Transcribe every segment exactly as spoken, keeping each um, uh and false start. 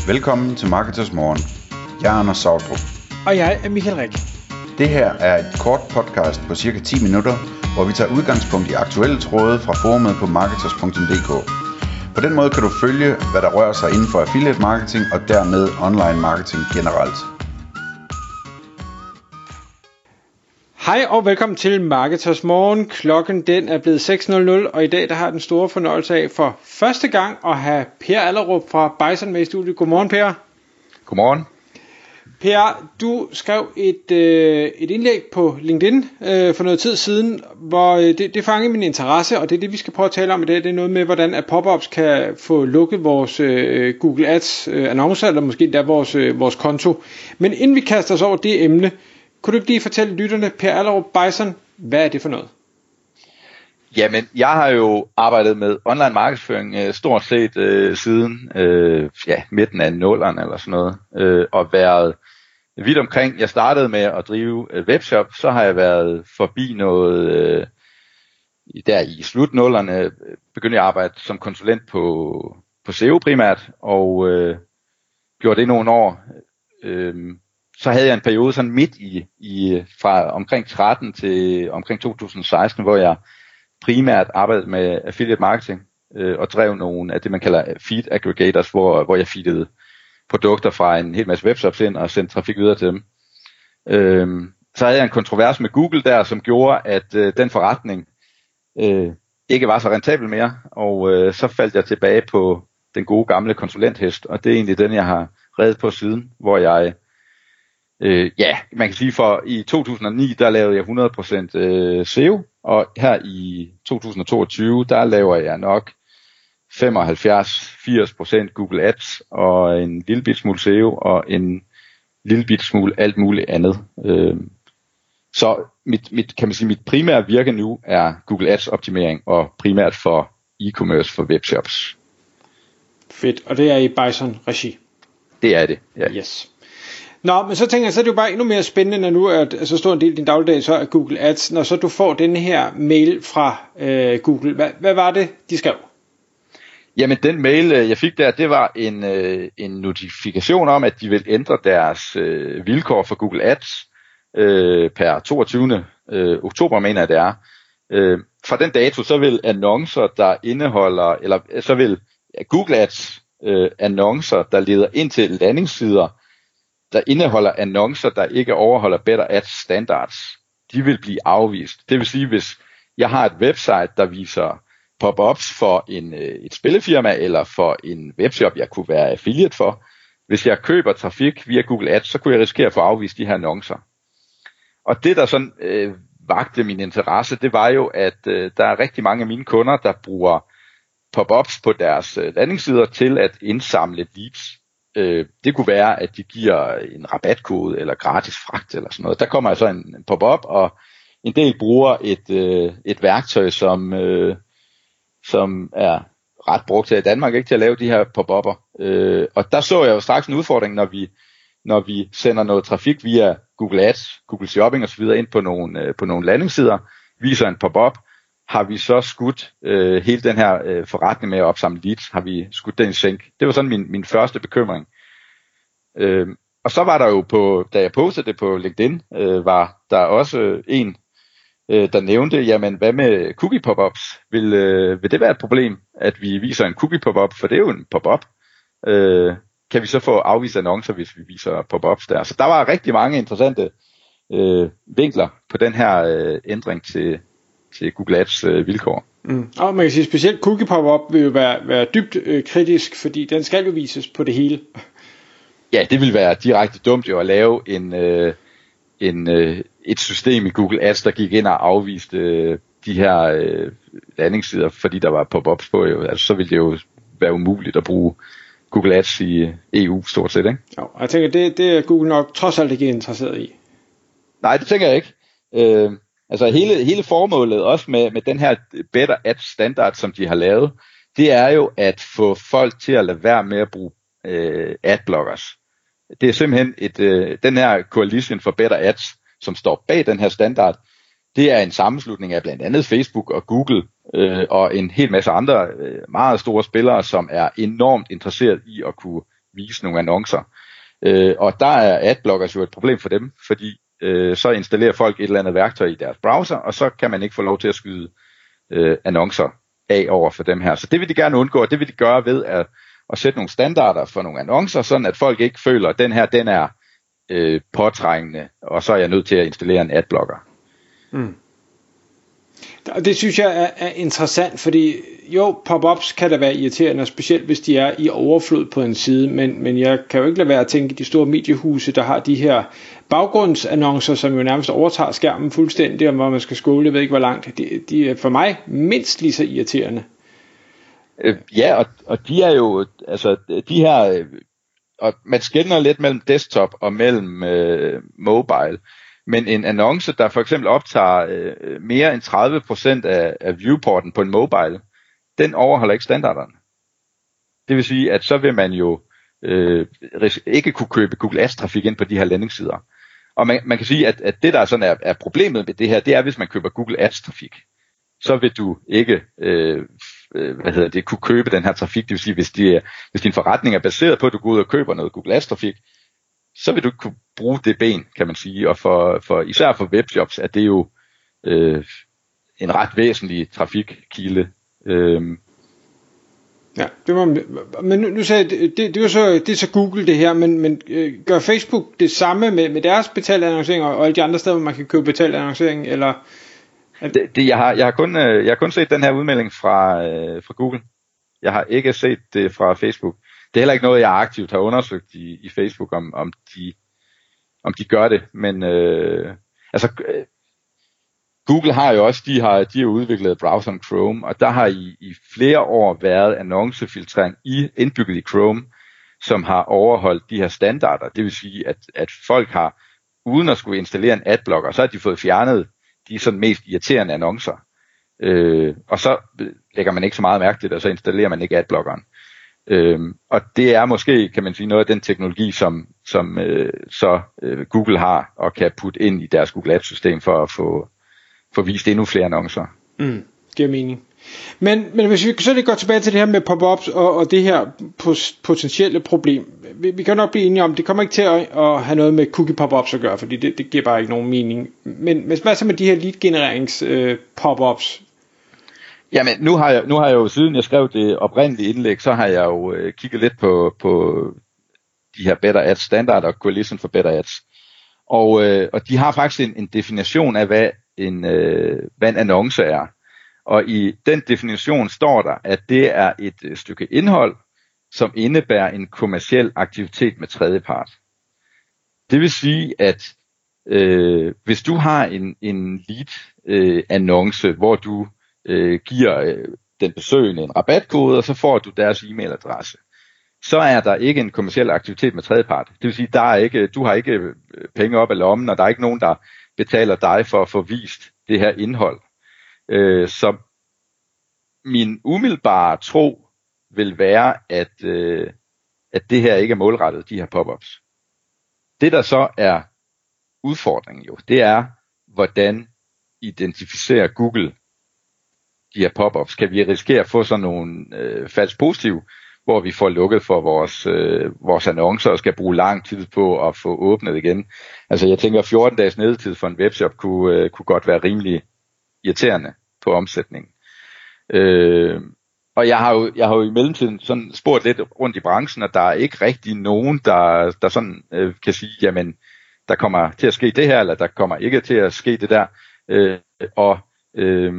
Velkommen til Marketers Morgen. Jeg er Anders Sautrup. Og jeg er Michael Rik. Det her er et kort podcast på cirka ti minutter, hvor vi tager udgangspunkt i aktuelle tråde fra forumet på marketers punktum d k. På den måde kan du følge, hvad der rører sig inden for affiliate marketing og dermed online marketing generelt. Hej og velkommen til Marketers Morgen. Klokken den er blevet seks nul nul, og i dag der har jeg den store fornøjelse af for første gang at have Per Allerup fra Bison med i studiet. Godmorgen, Per. Godmorgen. Per, du skrev et, øh, et indlæg på LinkedIn øh, for noget tid siden, hvor øh, det, det fangede min interesse, og det er det, vi skal prøve at tale om i dag. Det er noget med, hvordan at pop-ups kan få lukket vores øh, Google Ads øh, annoncer, eller måske endda vores, øh, vores konto. Men inden vi kaster os over det emne, kunne du ikke lige fortælle lytterne, Per Allerup, Bison, hvad er det for noget? Jamen, jeg har jo arbejdet med online markedsføring øh, stort set øh, siden øh, ja, midten af nullerne eller sådan noget, øh, og været vidt omkring. Jeg startede med at drive øh, webshop, så har jeg været forbi noget, øh, der i slut nullerne, begyndte jeg at arbejde som konsulent på, på S E O primært, og øh, gjorde det nogle år. Øh, Så havde jeg en periode sådan midt i, i fra omkring tretten til omkring to tusind seksten, hvor jeg primært arbejdede med affiliate marketing øh, og drev nogle af det, man kalder feed aggregators, hvor, hvor jeg feedede produkter fra en hel masse webshops ind og sendte trafik videre til dem. Øh, så havde jeg en kontrovers med Google der, som gjorde, at øh, den forretning øh, ikke var så rentabel mere, og øh, så faldt jeg tilbage på den gode gamle konsulenthest, og det er egentlig den, jeg har reddet på siden, hvor jeg Øh, ja, man kan sige, for i to tusind og ni, der lavede jeg hundrede procent øh, S E O, og her i to tusind og toogtyve, der laver jeg nok femoghalvfjerds til firs procent Google Ads, og en lille bit smule S E O, og en lille bit smule alt muligt andet. Øh, så mit, mit, kan man sige, mit primære virke nu er Google Ads optimering, og primært for e-commerce for webshops. Fedt, og det er i Bison regi? Det er det, ja. Yes. Nå, men så tænker jeg, så er det jo bare endnu mere spændende, når nu er så stor en del af din dagligdag, så er Google Ads, når så du får den her mail fra øh, Google. Hvad, hvad var det, de skrev? Jamen, den mail, jeg fik der, det var en, øh, en notifikation om, at de vil ændre deres øh, vilkår for Google Ads øh, per toogtyvende oktober, mener jeg det er. Øh, fra den dato, så vil annoncer, der indeholder, eller så vil ja, Google Ads øh, annoncer, der leder ind til landingssider, der indeholder annoncer, der ikke overholder Better Ads standards, de vil blive afvist. Det vil sige, hvis jeg har et website, der viser pop-ups for en, et spillefirma eller for en webshop, jeg kunne være affiliate for, hvis jeg køber trafik via Google Ads, så kunne jeg risikere at få afvist de her annoncer. Og det, der sådan øh, vagte min interesse, det var jo, at øh, der er rigtig mange af mine kunder, der bruger pop-ups på deres øh, landingssider til at indsamle leads. Det kunne være, at de giver en rabatkode eller gratis fragt eller sådan noget. Der kommer altså en pop-up, og en del bruger et, et værktøj, som, som er ret brugt her i Danmark, ikke, til at lave de her pop-upper. Og der så jeg jo straks en udfordring, når vi, når vi sender noget trafik via Google Ads, Google Shopping osv. ind på nogle, på nogle landingssider, viser en pop-up. Har vi så skudt øh, hele den her øh, forretning med at opsamle leads, har vi skudt den i sænk. Det var sådan min, min første bekymring. Øh, og så var der jo, på, da jeg postede det på LinkedIn, øh, var der også en, øh, der nævnte, jamen hvad med cookie pop-ups? Vil, øh, vil det være et problem, at vi viser en cookie pop-up? For det er jo en pop-up. Øh, kan vi så få afvist annoncer, hvis vi viser pop-ups der? Så der var rigtig mange interessante øh, vinkler på den her øh, ændring til til Google Ads øh, vilkår. Mm. Og man kan sige, specielt cookie pop-up vil jo være, være dybt øh, kritisk, fordi den skal jo vises på det hele. Ja, det vil være direkte dumt jo at lave en, øh, en, øh, et system i Google Ads, der gik ind og afviste øh, de her øh, landingssider, fordi der var pop-ups på. Jo. Altså, så ville det jo være umuligt at bruge Google Ads i E U stort set, ikke? Jo, jeg tænker, det, det er Google nok trods alt ikke interesseret i. Nej, det tænker jeg ikke. Øh, Altså hele, hele formålet også med, med den her Better Ads standard, som de har lavet, det er jo at få folk til at lade være med at bruge øh, adblockers. Det er simpelthen et, øh, den her Coalition for Better Ads, som står bag den her standard, det er en sammenslutning af blandt andet Facebook og Google øh, og en hel masse andre øh, meget store spillere, som er enormt interesseret i at kunne vise nogle annoncer. Øh, og der er adblockers jo et problem for dem, fordi øh, så installerer folk et eller andet værktøj i deres browser, og så kan man ikke få lov til at skyde øh, annoncer af over for dem her. Så det vil de gerne undgå, og det vil de gøre ved at, at sætte nogle standarder for nogle annoncer, sådan at folk ikke føler, at den her, den er øh, påtrængende, og så er jeg nødt til at installere en adblocker. Mm. Og det synes jeg er, er interessant, fordi jo, pop-ups kan da være irriterende, specielt hvis de er i overflod på en side, men, men jeg kan jo ikke lade være at tænke de store mediehuse, der har de her baggrundsannoncer, som jo nærmest overtager skærmen fuldstændig, og hvor man skal scrolle, jeg ved ikke hvor langt, de, de er for mig mindst lige så irriterende. Øh, ja, og, og de er jo, altså de her, og man skelner lidt mellem desktop og mellem øh, mobile, men en annonce, der for eksempel optager øh, mere end tredive procent af, af viewporten på en mobile, den overholder ikke standarderne. Det vil sige, at så vil man jo øh, ikke kunne købe Google Ads-trafik ind på de her landingssider. Og man, man kan sige, at, at det, der sådan er, er problemet med det her, det er, hvis man køber Google Ads-trafik, så vil du ikke øh, hvad hedder det, kunne købe den her trafik. Det vil sige, hvis, de, hvis din forretning er baseret på, at du går ud og køber noget Google Ads-trafik, så vil du ikke kunne bruge det ben, kan man sige. Og for, for især for webshops er det jo øh, en ret væsentlig trafikkilde. Øhm. Ja, det må man, men nu, nu sagde jeg, det, det, er så, det er så Google det her, men, men øh, gør Facebook det samme med, med deres betalte annoncering og alle de andre steder, hvor man kan købe betalt annoncering, eller? Det, det, jeg, har, jeg, har kun, jeg har kun set den her udmelding fra, øh, fra Google. Jeg har ikke set det fra Facebook. Det er heller ikke noget, jeg aktivt har undersøgt i, i Facebook, om, om, de, om de gør det. Men øh, altså, øh, Google har jo også, de har, de har udviklet browseren Chrome, og der har i, i flere år været annoncefiltrering i, indbygget i Chrome, som har overholdt de her standarder. Det vil sige, at, at folk har, uden at skulle installere en adblocker, så har de fået fjernet de sådan mest irriterende annoncer. Øh, og så lægger man ikke så meget mærke til det, og så installerer man ikke adblockeren. Øhm, og det er måske, kan man sige, noget af den teknologi, som, som øh, så øh, Google har og kan putte ind i deres Google Ads-system for at få, få vist endnu flere annoncer. Mm, giver mening. Men, men hvis vi så lige går tilbage til det her med pop-ups og, og det her potentielle problem. Vi, vi kan nok blive enige om, det kommer ikke til at, at have noget med cookie pop-ups at gøre, fordi det, det giver bare ikke nogen mening. Men hvad så med de her lead-genererings øh, pop-ups? Jamen, nu har, jeg, nu har jeg jo, siden jeg skrev det oprindelige indlæg, så har jeg jo øh, kigget lidt på, på de her Better Ads standard og Coalition for Better Ads. Og, øh, og de har faktisk en, en definition af, hvad en, øh, hvad en annonce er. Og i den definition står der, at det er et øh, stykke indhold, som indebærer en kommerciel aktivitet med tredjepart. Det vil sige, at øh, hvis du har en, en lead-annonce, øh, hvor du øh, giver øh, den besøgende en rabatkode, og så får du deres e-mailadresse, så er der ikke en kommerciel aktivitet med tredjepart. Det vil sige, der er ikke, du har ikke penge op af lommen, og der er ikke nogen, der betaler dig for at få vist det her indhold. Øh, så min umiddelbare tro vil være, at, øh, at det her ikke er målrettet, de her pop-ups. Det der så er udfordringen jo, det er, hvordan identificerer Google de her pop-ups. Kan vi risikere at få sådan nogle øh, falsk positive, hvor vi får lukket for vores, øh, vores annoncer og skal bruge lang tid på at få åbnet igen. Altså jeg tænker, fjorten dages nedetid for en webshop kunne, øh, kunne godt være rimelig irriterende på omsætningen. Øh, og jeg har, jo, jeg har jo i mellemtiden sådan spurgt lidt rundt i branchen, og der er ikke rigtig nogen, der, der sådan øh, kan sige, jamen der kommer til at ske det her, eller der kommer ikke til at ske det der. Øh, og øh,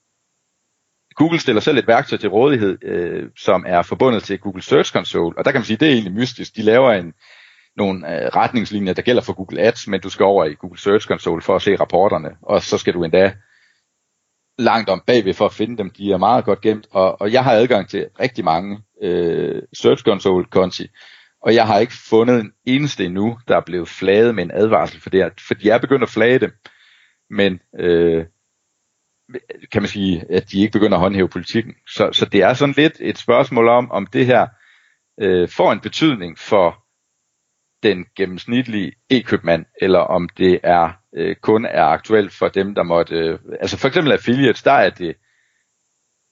Google stiller selv et værktøj til rådighed, øh, som er forbundet til Google Search Console, og der kan man sige, det er egentlig mystisk. De laver en, nogle øh, retningslinjer, der gælder for Google Ads, men du skal over i Google Search Console for at se rapporterne, og så skal du endda langt om bagved for at finde dem. De er meget godt gemt, og, og jeg har adgang til rigtig mange øh, Search Console-konti, og jeg har ikke fundet en eneste endnu, der er blevet flaget med en advarsel for det her, for de er begyndt at flage dem, men øh, kan man sige, at de ikke begynder at håndhæve politikken. Så, så det er sådan lidt et spørgsmål om, om det her øh, får en betydning for den gennemsnitlige e-købmand, eller om det er øh, kun er aktuelt for dem, der måtte... Øh, altså for eksempel affiliates, der er det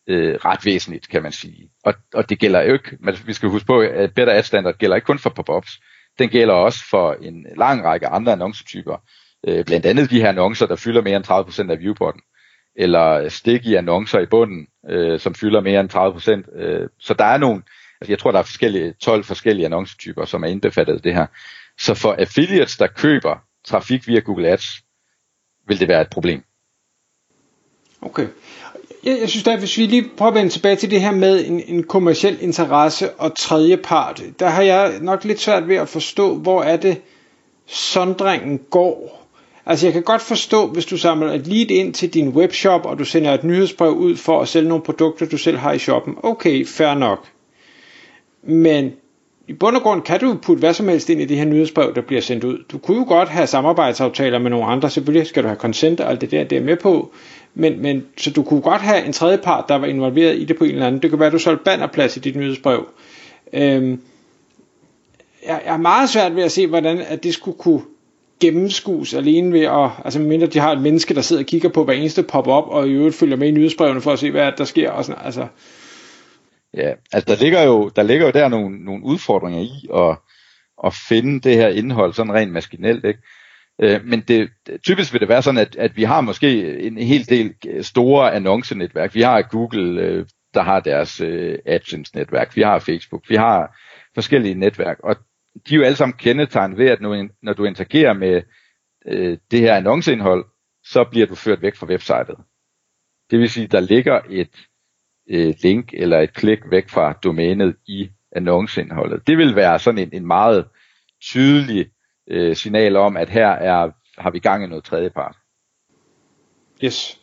øh, ret væsentligt, kan man sige. Og, og det gælder jo ikke, men vi skal huske på, at Better Ads Standard gælder ikke kun for pop-ups. Den gælder også for en lang række andre annoncetyper. Øh, blandt andet de her annoncer, der fylder mere end tredive procent af viewporten. Eller sticky annoncer i bunden, øh, som fylder mere end tredive procent. Øh, så der er nogle, altså jeg tror, der er forskellige, tolv forskellige annoncetyper, som er indbefattet af det her. Så for affiliates, der køber trafik via Google Ads, vil det være et problem. Okay. Jeg, jeg synes da, hvis vi lige prøver at vende tilbage til det her med en, en kommerciel interesse og tredjepart, der har jeg nok lidt svært ved at forstå, hvor er det sondringen går. Altså jeg kan godt forstå, hvis du samler et lead ind til din webshop, og du sender et nyhedsbrev ud for at sælge nogle produkter, du selv har i shoppen. Okay, fair nok. Men i bund og grund kan du putte hvad som helst ind i det her nyhedsbrev, der bliver sendt ud. Du kunne jo godt have samarbejdsaftaler med nogle andre. Selvfølgelig skal du have consent og alt det der, det er med på. Men, men, så du kunne godt have en tredje part, der var involveret i det på en eller anden. Det kan være, at du solgte bannerplads i dit nyhedsbrev. Øhm, jeg, jeg er meget svært ved at se, hvordan at det skulle kunne gennemskues alene ved at, altså mindre de har et menneske, der sidder og kigger på hver eneste pop-up, og i øvrigt følger med i nyhedsbrevene for at se, hvad der sker. Og sådan, altså. Ja, altså der ligger jo der ligger jo der nogle, nogle udfordringer i at, at finde det her indhold sådan rent maskinelt, ikke? Øh, men det, typisk vil det være sådan, at, at vi har måske en hel del store annoncenetværk. Vi har Google, øh, der har deres øh, AdSense-netværk. Vi har Facebook. Vi har forskellige netværk, og de er jo alle sammen kendetegnet ved, at når, når du interagerer med øh, det her annonceindhold, så bliver du ført væk fra websitet. Det vil sige, der ligger et øh, link eller et klik væk fra domænet i annonceindholdet. Det vil være sådan en, en meget tydelig øh, signal om, at her er, har vi gang i noget tredjepart. Yes.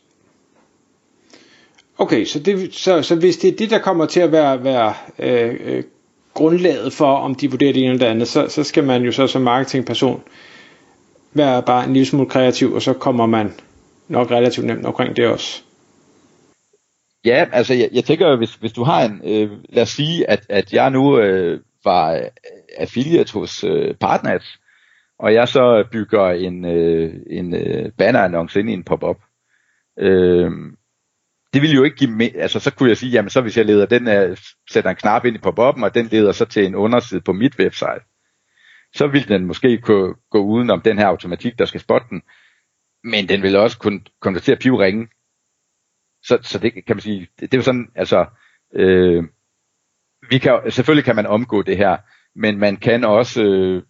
Okay, så, det, så, så hvis det er det, der kommer til at være, være øh, øh, grundlaget for, om de vurderer det ene eller det andet, så, så skal man jo så som marketingperson være bare en lille smule kreativ, og så kommer man nok relativt nemt omkring det også. Ja, altså jeg, jeg tænker, hvis, hvis du har en, øh, lad os sige, at, at jeg nu øh, var affiliate hos øh, Partners, og jeg så bygger en, øh, en øh, bannerannonce ind i en pop-up. Øh, det ville jo ikke give me- altså så kunne jeg sige, jamen så hvis jeg leder den, øh, sætter en knap ind i pop-up'en, og den leder så til en underside på mit website, så vil den måske kunne gå uden om den her automatik, der skal spotte den, men den vil også kunne konvertere pivringen. Så, så det kan man sige, det, det er jo sådan, altså, øh, vi kan, selvfølgelig kan man omgå det her, men man kan også, øh,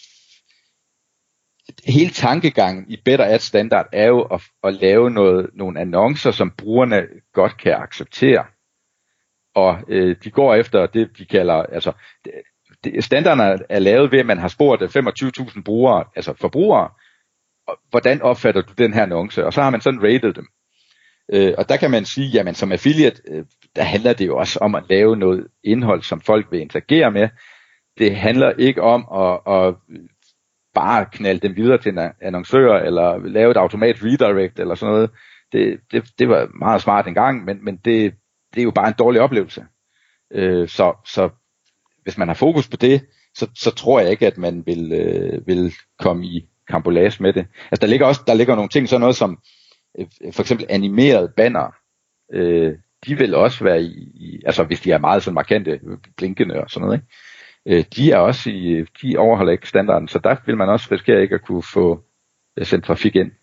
hele tankegangen i Better Ads Standard er jo at, at lave noget, nogle annoncer, som brugerne godt kan acceptere. Og øh, de går efter det, de kalder, altså, det, standarden er lavet ved, at man har spurgt femogtyve tusind brugere, altså forbrugere, hvordan opfatter du den her annonce, og så har man sådan rated dem. Øh, og der kan man sige, jamen som affiliate, øh, der handler det jo også om at lave noget indhold, som folk vil interagere med. Det handler ikke om at, at bare knalde dem videre til en annoncør, eller lave et automat redirect, eller sådan noget. Det, det, det var meget smart engang, men, men det, det er jo bare en dårlig oplevelse. Øh, så, så hvis man har fokus på det, så, så tror jeg ikke, at man vil, øh, vil komme i karambolage med det. Altså der ligger også der ligger nogle ting, sådan noget som for eksempel animerede banner, øh, de vil også være i, i, altså hvis de er meget sådan markante, blinkende og sådan noget, ikke? Øh, de er også i, de overholder ikke standarden, så der vil man også risikere ikke at kunne få uh, sendt trafik ind.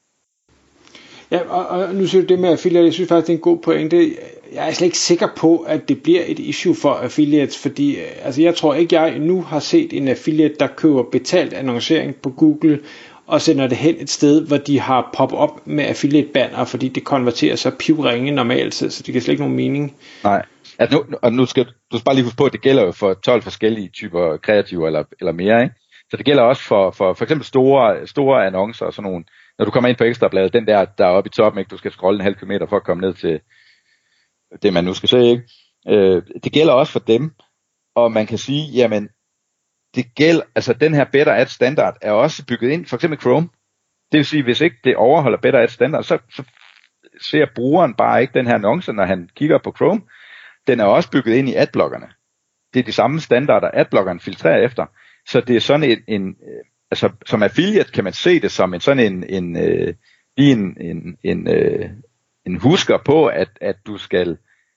Ja, og, og nu siger du det med affiliate, jeg synes faktisk det er en god pointe. Jeg er slet ikke sikker på, at det bliver et issue for affiliates, fordi altså jeg tror ikke, jeg nu har set en affiliate, der køber betalt annoncering på Google, og sender det hen et sted, hvor de har pop-up med affiliate banner, fordi det konverterer så pivringe normalt, så det giver slet ikke nogen mening. Nej, altså nu, og nu skal du skal bare lige huske på, at det gælder jo for tolv forskellige typer kreative eller, eller mere, ikke? Så det gælder også for for, for eksempel store, store annoncer og sådan nogle. Når du kommer ind på Ekstrabladet, den der, der er oppe i toppen, ikke? Du skal scrolle en halv kilometer for at komme ned til det, man nu skal se, ikke? Øh, det gælder også for dem, og man kan sige, jamen, det gælder, altså den her Better Ads Standard er også bygget ind, for eksempel Chrome. Det vil sige, hvis ikke det overholder Better Ads Standard, så, så ser brugeren bare ikke den her annonce, når han kigger på Chrome. Den er også bygget ind i adblockerne. Det er de samme standarder, adblockerne filtrerer efter. Så det er sådan en, en altså som affiliate kan man se det som en sådan en, en, en, en, en, en, en husker på, at, at du skal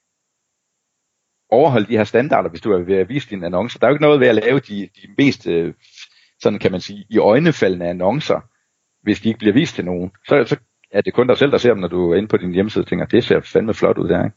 overholde de her standarder, hvis du er ved at vise dine annoncer. Der er jo ikke noget ved at lave de, de mest, øh, sådan kan man sige, i øjnefaldende annoncer, hvis de ikke bliver vist til nogen. Så, så er det kun dig selv, der ser dem, når du er inde på din hjemmeside og tænker, det ser fandme flot ud der, ikke?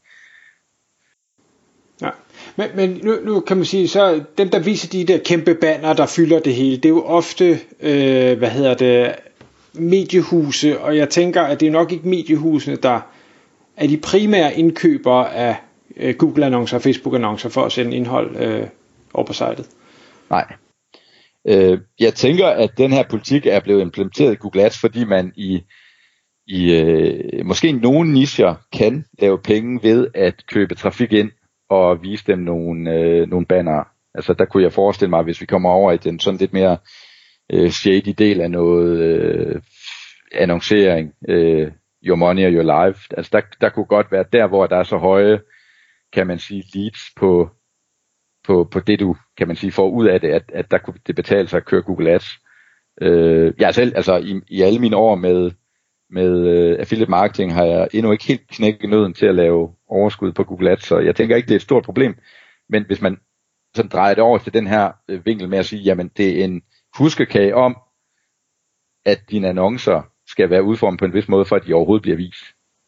Ja. Men, men nu, nu kan man sige, så dem der viser de der kæmpe banner, der fylder det hele, det er jo ofte, øh, hvad hedder det, mediehuse, og jeg tænker, at det er nok ikke mediehusene, der er de primære indkøbere af øh, Google-annoncer og Facebook-annoncer for at sende indhold øh, over på sitet. Nej. Øh, jeg tænker, at den her politik er blevet implementeret i Google Ads, fordi man i, i øh, måske nogle nicher kan lave penge ved at købe trafik ind og vise dem nogle, øh, nogle bannere. Altså der kunne jeg forestille mig, hvis vi kommer over i den sådan lidt mere øh, shady del af noget øh, annoncering, øh, your money or your life. Altså der, der kunne godt være der, hvor der er så høje, kan man sige, leads på, på, på det du, kan man sige, får ud af det, at, at der kunne det betale sig at køre Google Ads. Øh, jeg selv, altså i, i alle mine år med, med uh, affiliate marketing, har jeg endnu ikke helt knækket nøden til at lave overskud på Google Ads, så jeg tænker ikke, det er et stort problem. Men hvis man sådan drejer det over til den her øh, vinkel med at sige, jamen det er en huskekage om, at dine annoncer skal være udformet på en vis måde, for at de overhovedet bliver vist.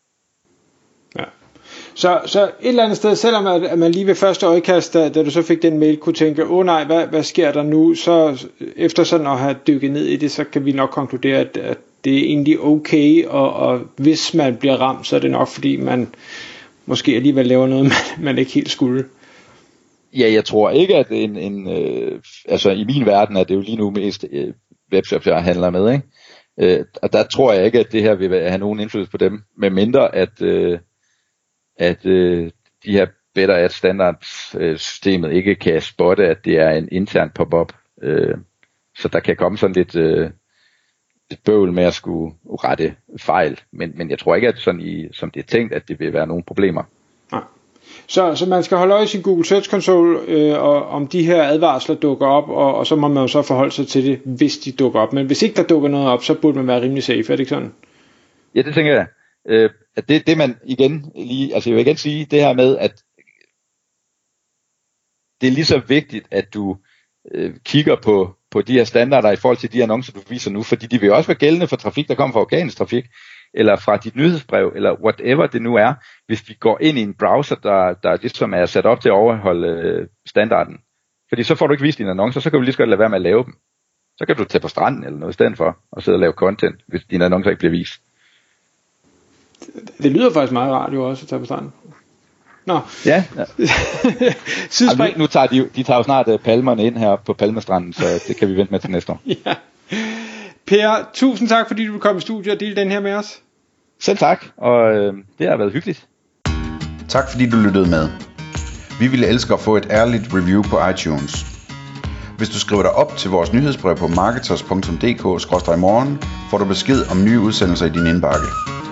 Ja. Så, så et eller andet sted, selvom at man lige ved første øjekast, da, da du så fik den mail, kunne tænke, åh oh, nej, hvad, hvad sker der nu? Så efter sådan at have dykket ned i det, så kan vi nok konkludere, at, at det er egentlig okay, og, og hvis man bliver ramt, så er det nok fordi man måske alligevel laver noget, man, man ikke helt skulle. Ja, jeg tror ikke, at en, en øh, altså i min verden er det jo lige nu mest øh, webshops, jeg handler med, ikke? Øh, og der tror jeg ikke, at det her vil have nogen indflydelse på dem, med mindre at, øh, at øh, de her Better Ads Standard øh, systemet ikke kan spotte, at det er en intern pop-up. Øh, så der kan komme sådan lidt, øh, lidt bøvl med at skulle rette fejl, men, men jeg tror ikke, at sådan i, som det er tænkt, at det vil være nogen problemer. Nej. Så, så man skal holde øje i sin Google Search Console, øh, og, om de her advarsler dukker op, og, og så må man jo så forholde sig til det, hvis de dukker op. Men hvis ikke der dukker noget op, så burde man være rimelig safe, er det ikke sådan? Ja, det tænker jeg. Øh, at det, det man igen lige, altså jeg vil igen sige det her med, at det er lige så vigtigt, at du øh, kigger på, på de her standarder i forhold til de annoncer, du viser nu, fordi de vil også være gældende for trafik, der kommer fra organisk trafik, eller fra dit nyhedsbrev, eller whatever det nu er, hvis vi går ind i en browser, der, der ligesom er sat op til at overholde øh, standarden. Fordi så får du ikke vist dine annoncer, så kan du lige så godt lade være med at lave dem. Så kan du tage på stranden eller noget i stedet for, og sidde og lave content, hvis dine annoncer ikke bliver vist. Det, det lyder faktisk meget rart jo også at tage på stranden. Nå. Ja. ja. Jamen, nu, nu tager de, de tager jo snart uh, palmerne ind her på Palmestranden, så det kan vi vente med til næste år. Ja. Per, tusind tak, fordi du vil komme i studiet og dele den her med os. Selv tak, og øh, det har været hyggeligt. Tak fordi du lyttede med. Vi ville elske at få et ærligt review på iTunes. Hvis du skriver dig op til vores nyhedsbrev på marketers punktum d k skråstreg morgen, får du besked om nye udsendelser i din indbakke.